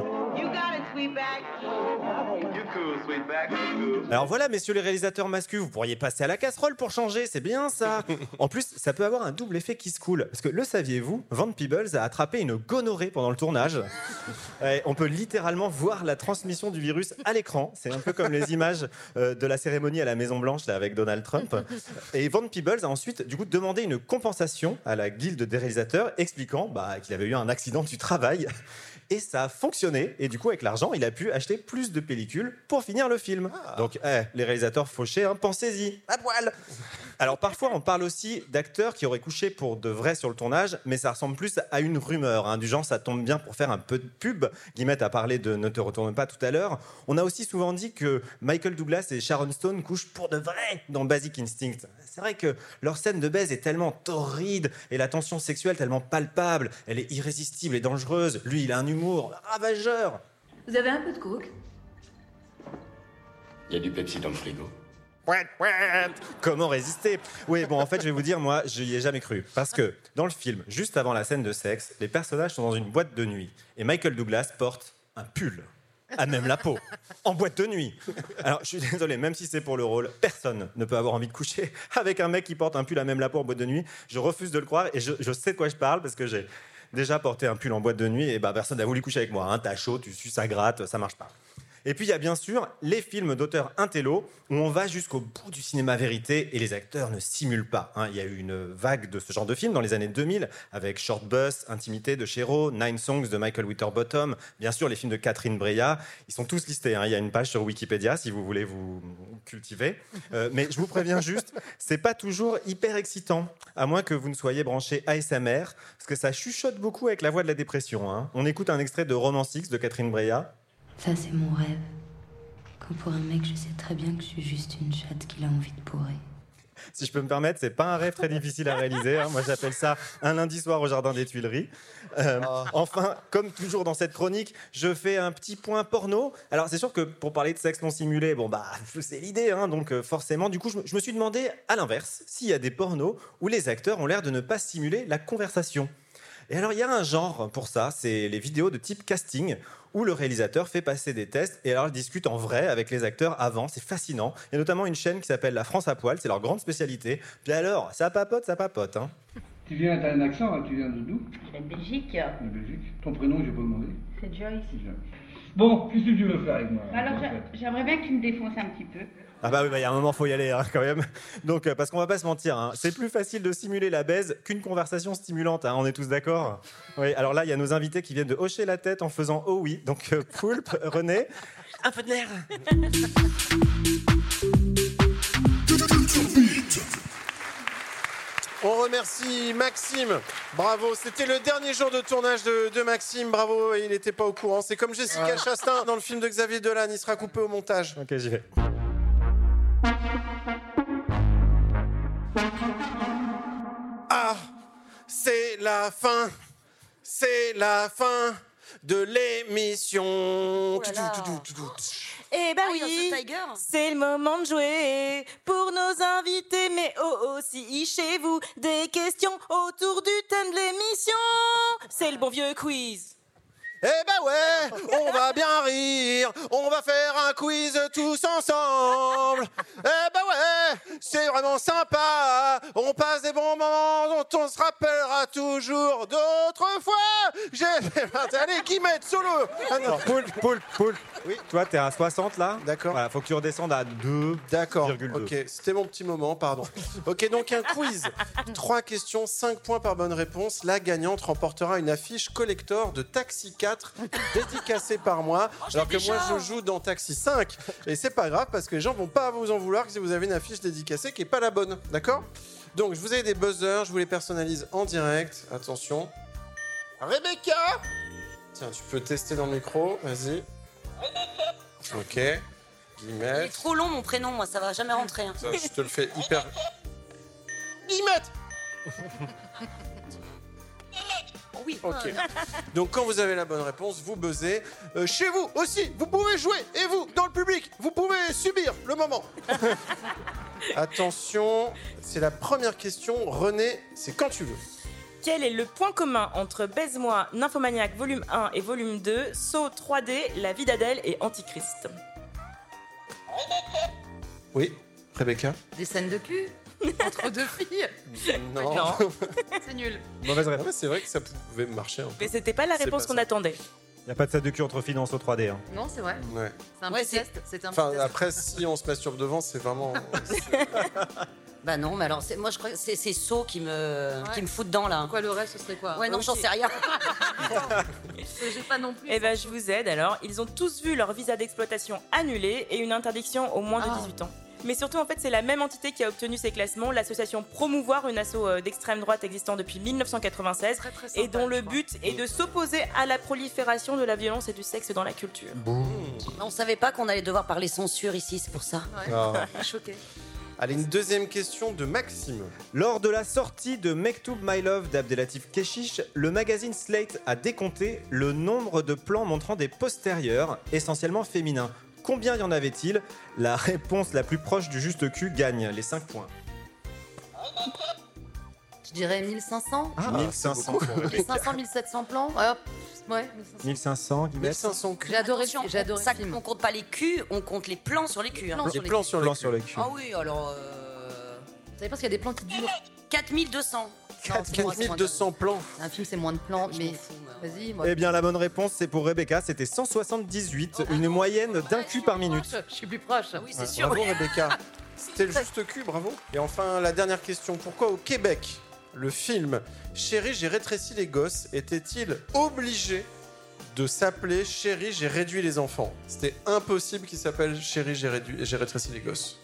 Alors voilà, messieurs les réalisateurs masculins, vous pourriez passer à la casserole pour changer, c'est bien ça. En plus, ça peut avoir un double effet qui se coule. Parce que le saviez-vous, Van Peebles a attrapé une gonorrhée pendant le tournage. Ouais, on peut littéralement voir la transmission du virus à l'écran. C'est un peu comme les images euh, de la cérémonie à la Maison-Blanche là, avec Donald Trump. Et Van Peebles a ensuite du coup, demandé une compensation à la guilde des réalisateurs, expliquant bah, qu'il avait eu un accident du travail. Et ça a fonctionné. Et du coup, avec l'argent, il a pu acheter plus de pellicules pour finir le film. Ah. Donc, eh, les réalisateurs fauchés, hein, pensez-y, à poil. Alors, parfois, on parle aussi d'acteurs qui auraient couché pour de vrai sur le tournage, mais ça ressemble plus à une rumeur. Hein, du genre, ça tombe bien pour faire un peu de pub. Guillemette a parlé de Ne te retourne pas tout à l'heure. On a aussi souvent dit que Michael Douglas et Sharon Stone couchent pour de vrai dans Basic Instinct. C'est vrai que leur scène de baise est tellement torride et la tension sexuelle tellement palpable. Elle est irrésistible et dangereuse. Lui, il a un humour ravageur. Vous avez un peu de coke ? Il y a du Pepsi dans le frigo. Comment résister ? Oui, bon, en fait, je vais vous dire, moi, je n'y ai jamais cru. Parce que, dans le film, juste avant la scène de sexe, les personnages sont dans une boîte de nuit. Et Michael Douglas porte un pull. À même la peau, en boîte de nuit. Alors, je suis désolé, même si c'est pour le rôle, personne ne peut avoir envie de coucher avec un mec qui porte un pull à même la peau en boîte de nuit. Je refuse de le croire et je, je sais de quoi je parle parce que j'ai déjà porté un pull en boîte de nuit et bah, personne n'a voulu coucher avec moi. Hein. T'as chaud, tu sues, ça gratte, ça marche pas. Et puis, il y a bien sûr les films d'auteurs intello où on va jusqu'au bout du cinéma vérité et les acteurs ne simulent pas. Hein. Il y a eu une vague de ce genre de films dans les années deux mille avec Short Bus, Intimité de Chéreau, Nine Songs de Michael Winterbottom, bien sûr les films de Catherine Breillat. Ils sont tous listés. Hein. Il y a une page sur Wikipédia si vous voulez vous cultiver. Euh, mais je vous préviens juste, c'est pas toujours hyper excitant, à moins que vous ne soyez branché A S M R, parce que ça chuchote beaucoup avec la voix de la dépression. Hein. On écoute un extrait de Romance X de Catherine Breillat. Ça, c'est mon rêve. Quand pour un mec, je sais très bien que je suis juste une chatte qu'il a envie de bourrer. Si je peux me permettre, c'est pas un rêve très difficile à réaliser. Hein. Moi, j'appelle ça un lundi soir au jardin des Tuileries. Euh, oh. Enfin, comme toujours dans cette chronique, je fais un petit point porno. Alors, c'est sûr que pour parler de sexe non simulé, bon bah, c'est l'idée, hein, donc euh, forcément. Du coup, je, je me suis demandé, à l'inverse, s'il y a des pornos où les acteurs ont l'air de ne pas simuler la conversation. Et alors, il y a un genre pour ça, c'est les vidéos de type casting, où le réalisateur fait passer des tests et alors il discute en vrai avec les acteurs avant, c'est fascinant. Il y a notamment une chaîne qui s'appelle La France à poil, c'est leur grande spécialité. Puis alors, ça papote, ça papote. Hein. Tu viens, t'as un accent, hein, tu viens de d'où ? Je viens de Belgique. De Belgique. Ton prénom, je vais pas demander. C'est Joyce. C'est Joyce. Bon, qu'est-ce que tu veux faire avec moi ? Alors, j'aimerais bien que tu me défonces un petit peu. Ah bah oui, bah il y a un moment, faut y aller hein, quand même. Donc, euh, parce qu'on va pas se mentir, hein, c'est plus facile de simuler la baise qu'une conversation stimulante, hein, on est tous d'accord ? Oui, alors là, il y a nos invités qui viennent de hocher la tête en faisant « oh oui ». Donc, euh, Poulpe, René, un peu de l'air. On remercie Maxime. Bravo. C'était le dernier jour de tournage de, de Maxime. Bravo. Et il n'était pas au courant. C'est comme Jessica Ouais. Chastain dans le film de Xavier Dolan. Il sera coupé au montage. Ok, j'y vais. Ah, c'est la fin. C'est la fin de l'émission. Eh ben Ah, Eye oui, of the Tiger. c'est le moment de jouer pour nos invités, mais oh, aussi chez vous, des questions autour du thème de l'émission. C'est le bon vieux quiz. Eh ben ouais, on va bien rire, on va faire un quiz tous ensemble. Eh ben ouais, c'est vraiment sympa, on passe des bons moments dont on se rappellera toujours d'autres fois. J'ai... Allez, Guillemette, solo. Ah non. Poulpe, poulpe, poulpe. Oui. Toi, t'es à soixante là. D'accord. Voilà, faut que tu redescendes à deux. D'accord, ok, c'était mon petit moment, pardon. Ok, donc un quiz. Trois questions, cinq points par bonne réponse. La gagnante remportera une affiche collector de Taxi quatre, dédicacée par moi. Alors que moi, je joue dans Taxi cinq. Et c'est pas grave, parce que les gens vont pas vous en vouloir si vous avez une affiche dédicacée qui est pas la bonne, d'accord? Donc, je vous ai des buzzers, je vous les personnalise en direct. Attention. Rebecca! Tiens, tu peux tester dans le micro, vas-y. Ok. Il est Guillemette. trop long mon prénom, moi, ça va jamais rentrer. hein. Ça, je te le fais hyper... Guillemette. Oui. Ok. Donc quand vous avez la bonne réponse, vous buzzez. Euh, chez vous aussi, vous pouvez jouer. Et vous, dans le public, vous pouvez subir le moment. Attention, c'est la première question. René, c'est quand tu veux. Quel est le point commun entre Baise-moi, Nymphomaniac volume un et volume deux, Saut trois D, La vie d'Adèle et Antichrist? Oui, Rebecca. Des scènes de cul entre deux filles. Non. Non. C'est nul. Mauvaise Ah réponse. ouais, c'est vrai que ça pouvait marcher un peu. Mais c'était pas la C'est réponse pas qu'on ça. attendait. Y a pas de scène de cul entre filles dans Saut trois D. Hein. Non, c'est vrai. Ouais. C'est un Ouais, petit c'est- test. C'était un Enfin, petit test. après, si on se masturbe devant, c'est vraiment... Bah non, mais alors, c'est- moi je crois que c'est c'est So qui me, qui me fout dedans là. Quoi, le reste, ce serait quoi? Ouais, non, Ok. j'en sais rien. J'ai pas non plus. Eh ben, je vous aide alors. Ils ont tous vu leur visa d'exploitation annulé et une interdiction au moins de Ah. dix-huit ans. Mais surtout, en fait, c'est la même entité qui a obtenu ces classements, l'association Promouvoir, une asso euh, d'extrême droite existant depuis mille neuf cent quatre-vingt-seize, Très, très sympa, et dont le je crois. but est de s'opposer à la prolifération de la violence et du sexe dans la culture. On savait pas qu'on allait devoir parler censure ici, c'est pour ça. Ouais. Ah. Choqué. Allez, une deuxième question de Maxime. Lors de la sortie de Mektoub My Love d'Abdelatif Keshish, le magazine Slate a décompté le nombre de plans montrant des postérieurs, essentiellement féminins. Combien y en avait-il? La réponse la plus proche du juste cul gagne les cinq points. Je dirais mille cinq cents. Ah, mille mille cinq cinq cents. cents. mille cinq cents, mille sept cents plans. Ouais, hop. Ouais, mille cinq cents, mille Guillemette. cinq cents j'ai adoré, Attention, j'ai adoré ça, le film. on compte pas les culs, on compte les plans sur les culs. hein. Plans Les sur les plans culs. sur le Plans sur le cul. Ah oui, alors. Euh... Vous savez pas qu'il y a des plans qui durent. quatre mille deux cents. Non, c'est moins, quatre c'est mille moins deux de- cents plans. Un film, c'est moins de plans, Je mais m'en fous, moi. vas-y, moi. Eh bien, la bonne réponse, c'est pour Rebecca, c'était cent soixante-dix-huit, une moyenne d'un cul par minute. Je suis plus proche. Ah oui, c'est sûr. Bravo Rebecca. C'était le juste cul, bravo. Et enfin, la dernière question. Pourquoi au Québec, le film Chérie, j'ai rétréci les gosses était-il obligé de s'appeler Chérie, j'ai réduit les enfants? C'était impossible qu'il s'appelle Chérie, j'ai réduit, j'ai rétréci les gosses.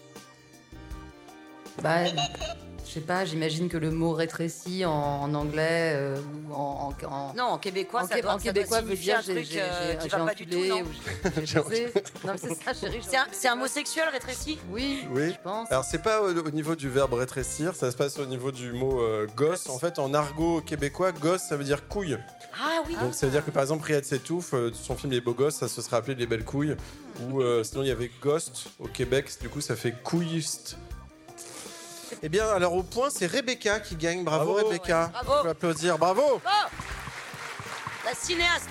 Bah, je sais pas, j'imagine que le mot rétréci en, en anglais euh, ou en, en, en- Non, en québécois, en, ça qué- doit, en ça doit québécois veut signifier dire un j'ai truc j'ai- euh, j'ai- qui j'ai va pas du tout, enculé non ou j'ai- j'ai baisé. Non, mais c'est ça, chérie. j'ai C'est un, enculé. c'est un mot sexuel, rétréci? Oui, Oui. je pense. Alors c'est pas au, au niveau du verbe rétrécir, ça se passe au niveau du mot euh, gosse. En fait, en argot québécois, gosse, ça veut dire couille. Ah oui. Donc ça veut dire que par exemple Riyad Setouf, euh, son film Les Beaux Gosses, ça se serait appelé Les Belles Couilles. Ou euh, sinon il y avait Ghost au Québec, du coup ça fait couilliste. Eh bien alors au point c'est Rebecca qui gagne, bravo, Bravo. Rebecca. Ouais, bravo. On peut applaudir, bravo. Oh, la cinéaste.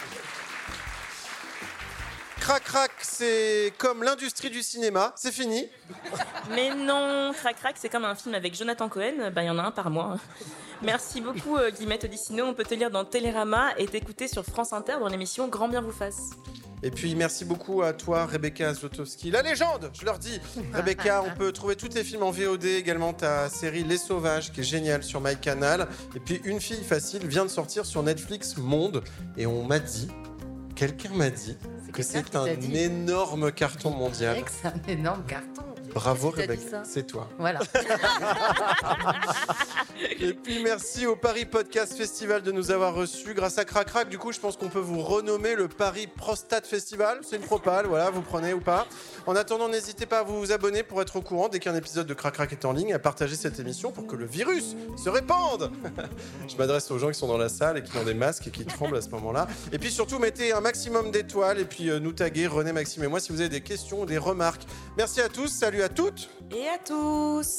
Crac crac, c'est comme l'industrie du cinéma, c'est fini. Mais non, Crac Crac, c'est comme un film avec Jonathan Cohen, bah il y en a un par mois. Merci beaucoup euh, Guillemette Odissino, on peut te lire dans Télérama et t'écouter sur France Inter dans l'émission Grand Bien vous fasse. Et puis merci beaucoup à toi Rebecca Zlotowski, la légende, je leur dis. Rebecca, on peut trouver tous tes films en V O D, également ta série Les Sauvages qui est géniale sur MyCanal. Et puis Une fille facile vient de sortir sur Netflix Monde et on m'a dit, quelqu'un m'a dit que quelqu'un c'est qui un t'a dit. énorme carton C'est mondial. vrai que c'est un énorme carton. Bravo Qui t'a dit Rebecca, ça c'est toi. Voilà. Et puis merci au Paris Podcast Festival de nous avoir reçus. Grâce à Crac Crac, du coup, je pense qu'on peut vous renommer le Paris Prostate Festival. C'est une propale, voilà, vous prenez ou pas. En attendant, n'hésitez pas à vous abonner pour être au courant dès qu'un épisode de Crac Crac est en ligne, à partager cette émission pour que le virus se répande. Je m'adresse aux gens qui sont dans la salle et qui ont des masques et qui tremblent à ce moment-là. Et puis surtout, mettez un maximum d'étoiles et puis euh, nous taguer René, Maxime et moi si vous avez des questions ou des remarques. Merci à tous, salut à toutes et à tous.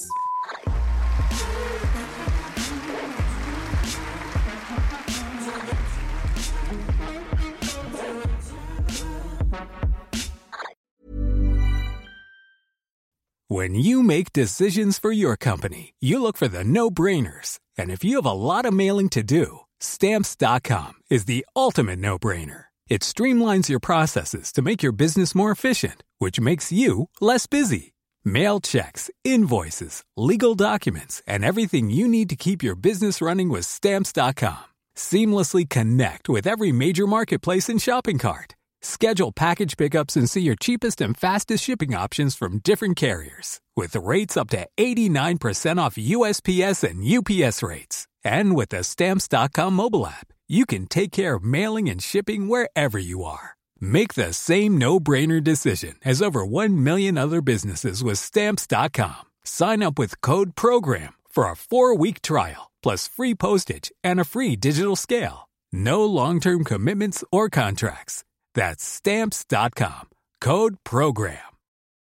When you make decisions for your company, you look for the no-brainers. And if you have a lot of mailing to do, Stamps dot com is the ultimate no-brainer. It streamlines your processes to make your business more efficient, which makes you less busy. Mail checks, invoices, legal documents, and everything you need to keep your business running with Stamps dot com. Seamlessly connect with every major marketplace and shopping cart. Schedule package pickups and see your cheapest and fastest shipping options from different carriers. With rates up to eighty-nine percent off U S P S and U P S rates. And with the Stamps dot com mobile app, you can take care of mailing and shipping wherever you are. Make the same no-brainer decision as over one million other businesses with Stamps dot com. Sign up with code PROGRAM for a four-week trial, plus free postage and a free digital scale. No long-term commitments or contracts. That's Stamps dot com. Code PROGRAM.